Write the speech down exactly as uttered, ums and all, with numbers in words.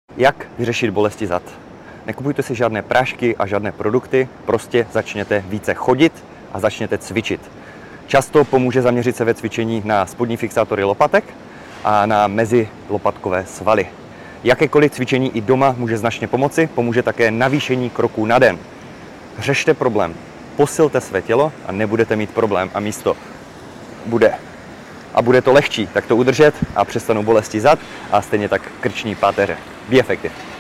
Jak vyřešit bolesti zad? Nekupujte si žádné prášky a žádné produkty, prostě začněte více chodit a začněte cvičit. Často pomůže zaměřit se ve cvičení na spodní fixátory lopatek a na mezilopatkové svaly. Jakékoliv cvičení i doma může značně pomoci, pomůže také navýšení kroků na den. Řešte problém, posilte své tělo a nebudete mít problém a místo bude. A bude to lehčí, tak to udržet a přestanou bolesti zad a stejně tak krční páteře. Be effective.